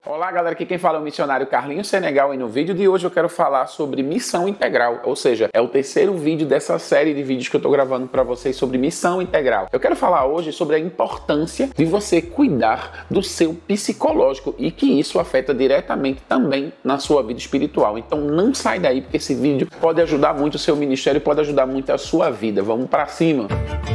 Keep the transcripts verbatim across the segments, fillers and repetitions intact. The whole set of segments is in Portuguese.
Olá galera, aqui quem fala é o missionário Carlinhos Senegal e no vídeo de hoje eu quero falar sobre missão integral, ou seja, é o terceiro vídeo dessa série de vídeos que eu tô gravando para vocês sobre missão integral. Eu quero falar hoje sobre a importância de você cuidar do seu psicológico e que isso afeta diretamente também na sua vida espiritual. Então não sai daí porque esse vídeo pode ajudar muito o seu ministério e pode ajudar muito a sua vida. Vamos para cima!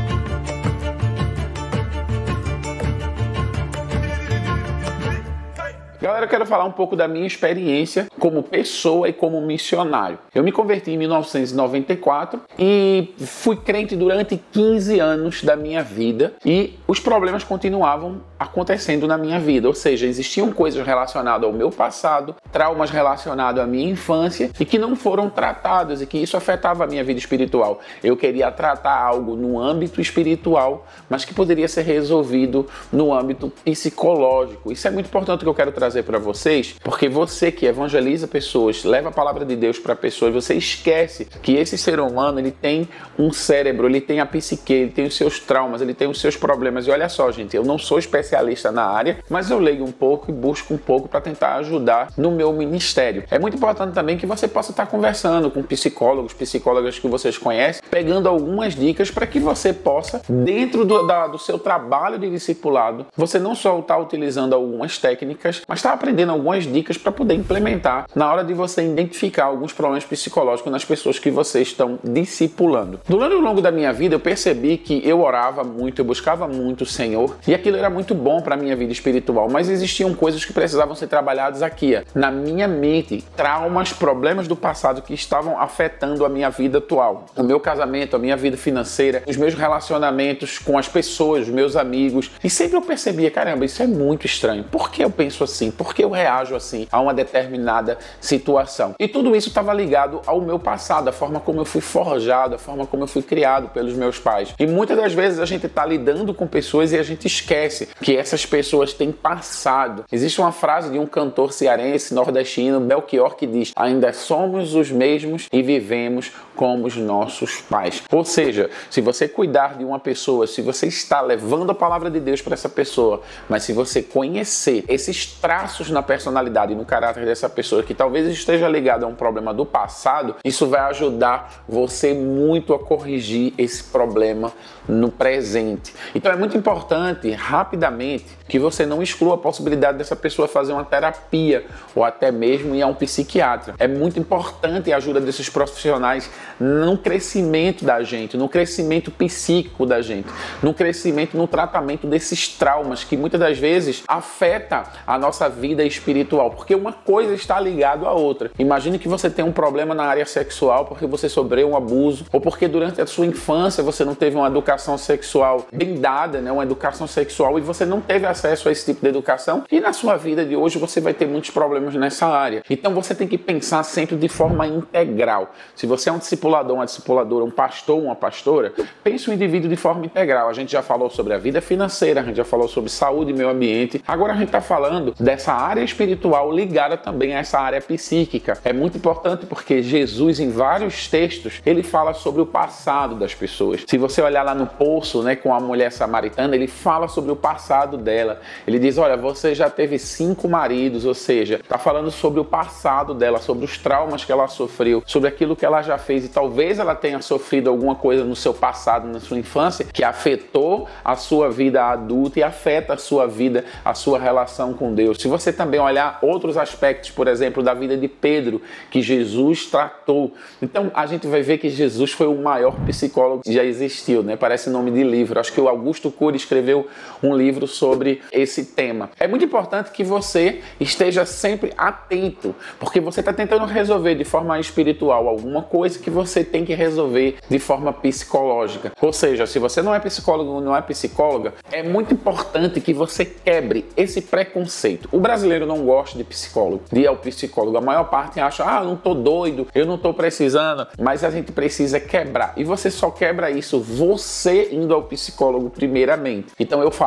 Galera, eu quero falar um pouco da minha experiência como pessoa e como missionário. Eu me converti em mil novecentos e noventa e quatro e fui crente durante quinze anos da minha vida e os problemas continuavam acontecendo na minha vida, ou seja, existiam coisas relacionadas ao meu passado, traumas relacionados à minha infância e que não foram tratadas e que isso afetava a minha vida espiritual. Eu queria tratar algo no âmbito espiritual, mas que poderia ser resolvido no âmbito psicológico. Isso é muito importante que eu quero trazer para vocês, porque você que evangeliza pessoas, leva a palavra de Deus para pessoas, você esquece que esse ser humano, ele tem um cérebro, ele tem a psique, ele tem os seus traumas, ele tem os seus problemas. E olha só, gente, eu não sou especialista na área, mas eu leio um pouco e busco um pouco para tentar ajudar no meu ministério. É muito importante também que você possa estar conversando com psicólogos, psicólogas que vocês conhecem, pegando algumas dicas para que você possa, dentro do, da, do seu trabalho de discipulado, você não só está utilizando algumas técnicas, mas está aprendendo algumas dicas para poder implementar na hora de você identificar alguns problemas psicológicos nas pessoas que vocês estão discipulando. Durante o longo da minha vida, eu percebi que eu orava muito, eu buscava muito o Senhor e aquilo era muito bom para a minha vida espiritual, mas existiam coisas que precisavam ser trabalhadas aqui, na minha mente, traumas, problemas do passado que estavam afetando a minha vida atual, o meu casamento, a minha vida financeira, os meus relacionamentos com as pessoas, os meus amigos, e sempre eu percebia, caramba, isso é muito estranho, por que eu penso assim? Por que eu reajo assim a uma determinada situação? E tudo isso estava ligado ao meu passado, a forma como eu fui forjado, a forma como eu fui criado pelos meus pais. E muitas das vezes a gente está lidando com pessoas e a gente esquece que essas pessoas têm passado. Existe uma frase de um cantor cearense, nordestino, Belchior, que diz: ainda somos os mesmos e vivemos como os nossos pais. Ou seja, se você cuidar de uma pessoa, se você está levando a palavra de Deus para essa pessoa, mas se você conhecer esses traços na personalidade e no caráter dessa pessoa que talvez esteja ligado a um problema do passado, isso vai ajudar você muito a corrigir esse problema no presente. Então é muito importante, rapidamente, que você não exclua a possibilidade dessa pessoa fazer uma terapia ou até mesmo ir a um psiquiatra. É muito importante a ajuda desses profissionais no crescimento da gente, no crescimento psíquico da gente, no crescimento, no tratamento desses traumas que muitas das vezes afeta a nossa vida espiritual, porque uma coisa está ligada à outra. Imagine que você tem um problema na área sexual porque você sofreu um abuso ou porque durante a sua infância você não teve uma educação sexual bem dada, né? Uma educação sexual e você não teve acesso a esse tipo de educação e na sua vida de hoje você vai ter muitos problemas nessa área. Então você tem que pensar sempre de forma integral. Se você é um discipulador, uma discipuladora, um pastor, uma pastora, pense o indivíduo de forma integral. A gente já falou sobre a vida financeira, a gente já falou sobre saúde e meio ambiente. Agora a gente está falando dessa área espiritual ligada também a essa área psíquica. É muito importante porque Jesus, em vários textos, ele fala sobre o passado das pessoas. Se você olhar lá no poço, né, com a mulher samaritana, ele fala sobre o passado dela. Ele diz, olha, você já teve cinco maridos, ou seja, está falando sobre o passado dela, sobre os traumas que ela sofreu, sobre aquilo que ela já fez e talvez ela tenha sofrido alguma coisa no seu passado, na sua infância, que afetou a sua vida adulta e afeta a sua vida, a sua relação com Deus. Se você também olhar outros aspectos, por exemplo, da vida de Pedro, que Jesus tratou, então a gente vai ver que Jesus foi o maior psicólogo que já existiu, né? Parece nome de livro. Acho que o Augusto Cury escreveu um livro sobre esse tema. É muito importante que você esteja sempre atento, porque você está tentando resolver de forma espiritual alguma coisa que você tem que resolver de forma psicológica. Ou seja, se você não é psicólogo ou não é psicóloga, é muito importante que você quebre esse preconceito. O brasileiro não gosta de psicólogo, de ir ao psicólogo. A maior parte acha, ah, eu não tô doido, eu não tô precisando, mas a gente precisa quebrar. E você só quebra isso você indo ao psicólogo primeiramente. Então eu faço terapia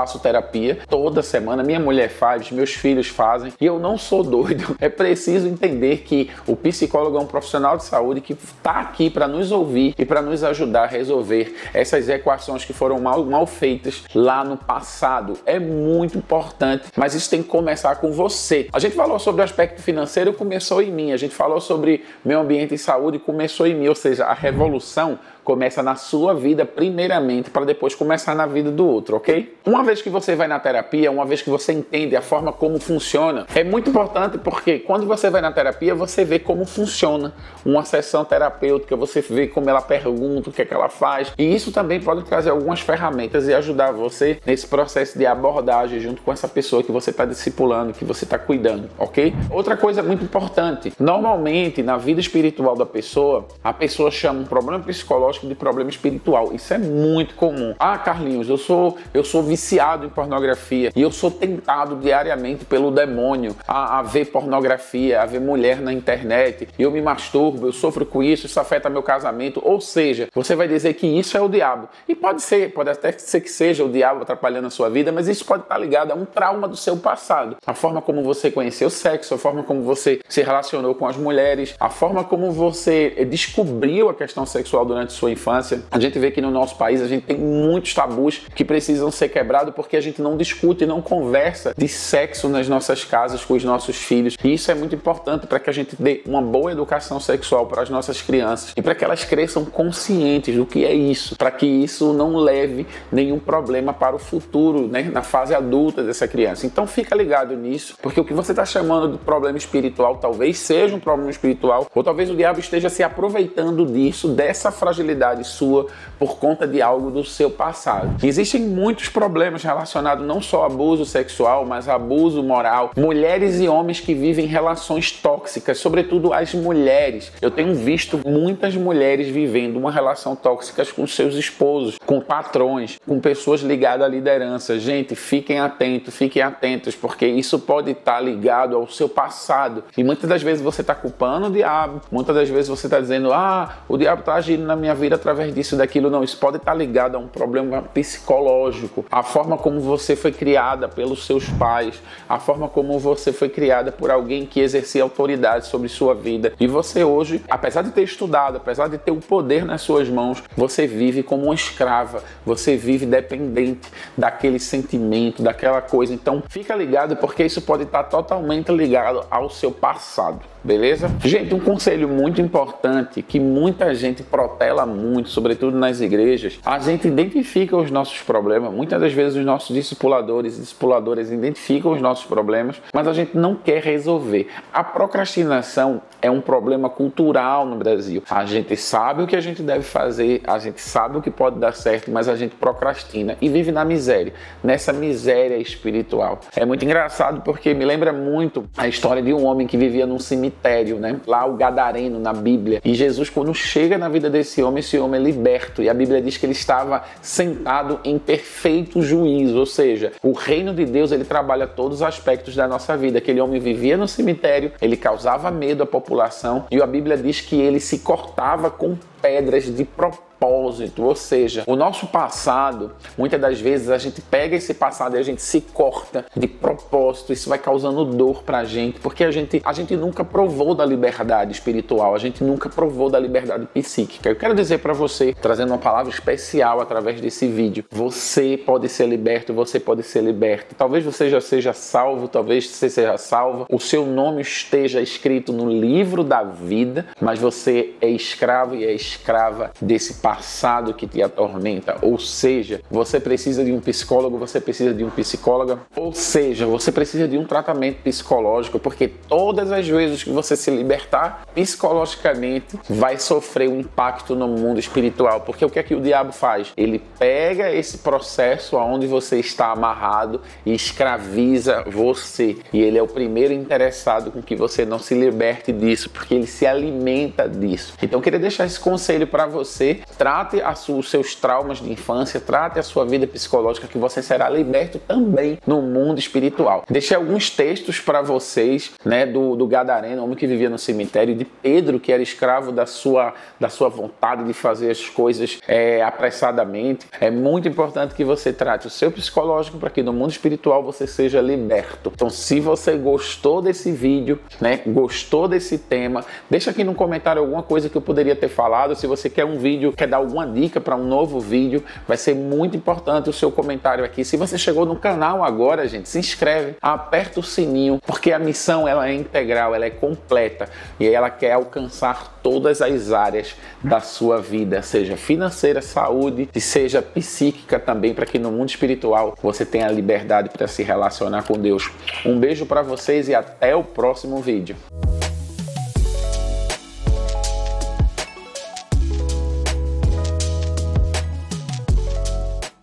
terapia toda semana, minha mulher faz, meus filhos fazem, e eu não sou doido. É preciso entender que o psicólogo é um profissional de saúde que está aqui para nos ouvir e para nos ajudar a resolver essas equações que foram mal, mal feitas lá no passado. É muito importante, mas isso tem que começar com você. A gente falou sobre o aspecto financeiro, começou em mim. A gente falou sobre meio ambiente e saúde, começou em mim. Ou seja, a revolução começa na sua vida primeiramente, para depois começar na vida do outro, ok? Uma vez que você vai na terapia, uma vez que você entende a forma como funciona, é muito importante porque quando você vai na terapia, você vê como funciona uma sessão terapêutica, você vê como ela pergunta, o que é que ela faz, e isso também pode trazer algumas ferramentas e ajudar você nesse processo de abordagem junto com essa pessoa que você está discipulando, que você está cuidando, ok? Outra coisa muito importante, normalmente na vida espiritual da pessoa, a pessoa chama um problema psicológico de problema espiritual. Isso é muito comum. Ah, Carlinhos, eu sou, eu sou viciado em pornografia e eu sou tentado diariamente pelo demônio a, a ver pornografia, a ver mulher na internet, eu me masturbo, eu sofro com isso, isso afeta meu casamento. Ou seja, você vai dizer que isso é o diabo. E pode ser, pode até ser que seja o diabo atrapalhando a sua vida, mas isso pode estar ligado a um trauma do seu passado. A forma como você conheceu o sexo, a forma como você se relacionou com as mulheres, a forma como você descobriu a questão sexual durante sua infância. A gente vê que no nosso país a gente tem muitos tabus que precisam ser quebrados porque a gente não discute e não conversa de sexo nas nossas casas com os nossos filhos. E isso é muito importante para que a gente dê uma boa educação sexual para as nossas crianças e para que elas cresçam conscientes do que é isso, para que isso não leve nenhum problema para o futuro, né, na fase adulta dessa criança. Então fica ligado nisso, porque o que você está chamando de problema espiritual talvez seja um problema espiritual, ou talvez o diabo esteja se aproveitando disso, dessa fragilidade sua por conta de algo do seu passado. Existem muitos problemas relacionados não só ao abuso sexual, mas abuso moral. Mulheres e homens que vivem relações tóxicas, sobretudo as mulheres. Eu tenho visto muitas mulheres vivendo uma relação tóxica com seus esposos, com patrões, com pessoas ligadas à liderança. Gente, fiquem atentos, fiquem atentos, porque isso pode estar ligado ao seu passado. E muitas das vezes você está culpando o diabo, muitas das vezes você está dizendo, ah, o diabo está agindo na minha vida através disso, daquilo. Não, isso pode estar ligado a um problema psicológico, a forma como você foi criada pelos seus pais, a forma como você foi criada por alguém que exercia autoridade sobre sua vida. E você hoje, apesar de ter estudado, apesar de ter o poder nas suas mãos, você vive como uma escrava, você vive dependente daquele sentimento, daquela coisa. Então fica ligado, porque isso pode estar totalmente ligado ao seu passado, beleza? Gente, um conselho muito importante que muita gente protela muito, sobretudo nas igrejas, a gente identifica os nossos problemas. Muitas das vezes os nossos discipuladores e discipuladoras identificam os nossos problemas, mas a gente não quer resolver. A procrastinação é um problema cultural no Brasil. A gente sabe o que a gente deve fazer, a gente sabe o que pode dar certo, mas a gente procrastina e vive na miséria, nessa miséria espiritual. É muito engraçado porque me lembra muito a história de um homem que vivia num cemitério, né? Lá o Gadareno na Bíblia. E Jesus, quando chega na vida desse homem, esse homem é liberto. E a Bíblia diz que ele estava sentado em perfeito juízo, ou seja, o reino de Deus, ele trabalha todos os aspectos da nossa vida. Aquele homem vivia no cemitério, ele causava medo à população e a Bíblia diz que ele se cortava com pedras de propósito. Ou seja, o nosso passado, muitas das vezes a gente pega esse passado e a gente se corta de propósito. Isso vai causando dor pra gente, porque a gente, a gente nunca provou da liberdade espiritual, a gente nunca provou da liberdade psíquica. Eu quero dizer pra você, trazendo uma palavra especial através desse vídeo, você pode ser liberto, você pode ser liberto. Talvez você já seja salvo, talvez você seja salva, o seu nome esteja escrito no livro da vida, mas você é escravo e é escrava desse passado. passado que te atormenta, ou seja, você precisa de um psicólogo, você precisa de um psicóloga, ou seja, você precisa de um tratamento psicológico, porque todas as vezes que você se libertar psicologicamente, vai sofrer um impacto no mundo espiritual, porque o que é que o diabo faz? Ele pega esse processo onde você está amarrado e escraviza você, e ele é o primeiro interessado com que você não se liberte disso, porque ele se alimenta disso. Então eu queria deixar esse conselho para você, trate a su, os seus traumas de infância, trate a sua vida psicológica, que você será liberto também no mundo espiritual. Deixei alguns textos para vocês, né, do, do Gadareno, homem que vivia no cemitério, de Pedro, que era escravo da sua, da sua vontade de fazer as coisas é, apressadamente. É muito importante que você trate o seu psicológico para que no mundo espiritual você seja liberto. Então, se você gostou desse vídeo, né, gostou desse tema, deixa aqui no comentário alguma coisa que eu poderia ter falado. Se você quer um vídeo, quer dar alguma dica para um novo vídeo, vai ser muito importante o seu comentário aqui. Se você chegou no canal agora, gente, se inscreve, aperta o sininho, porque a missão ela é integral, ela é completa e ela quer alcançar todas as áreas da sua vida, seja financeira, saúde e seja psíquica também, para que no mundo espiritual você tenha liberdade para se relacionar com Deus. Um beijo para vocês e até o próximo vídeo.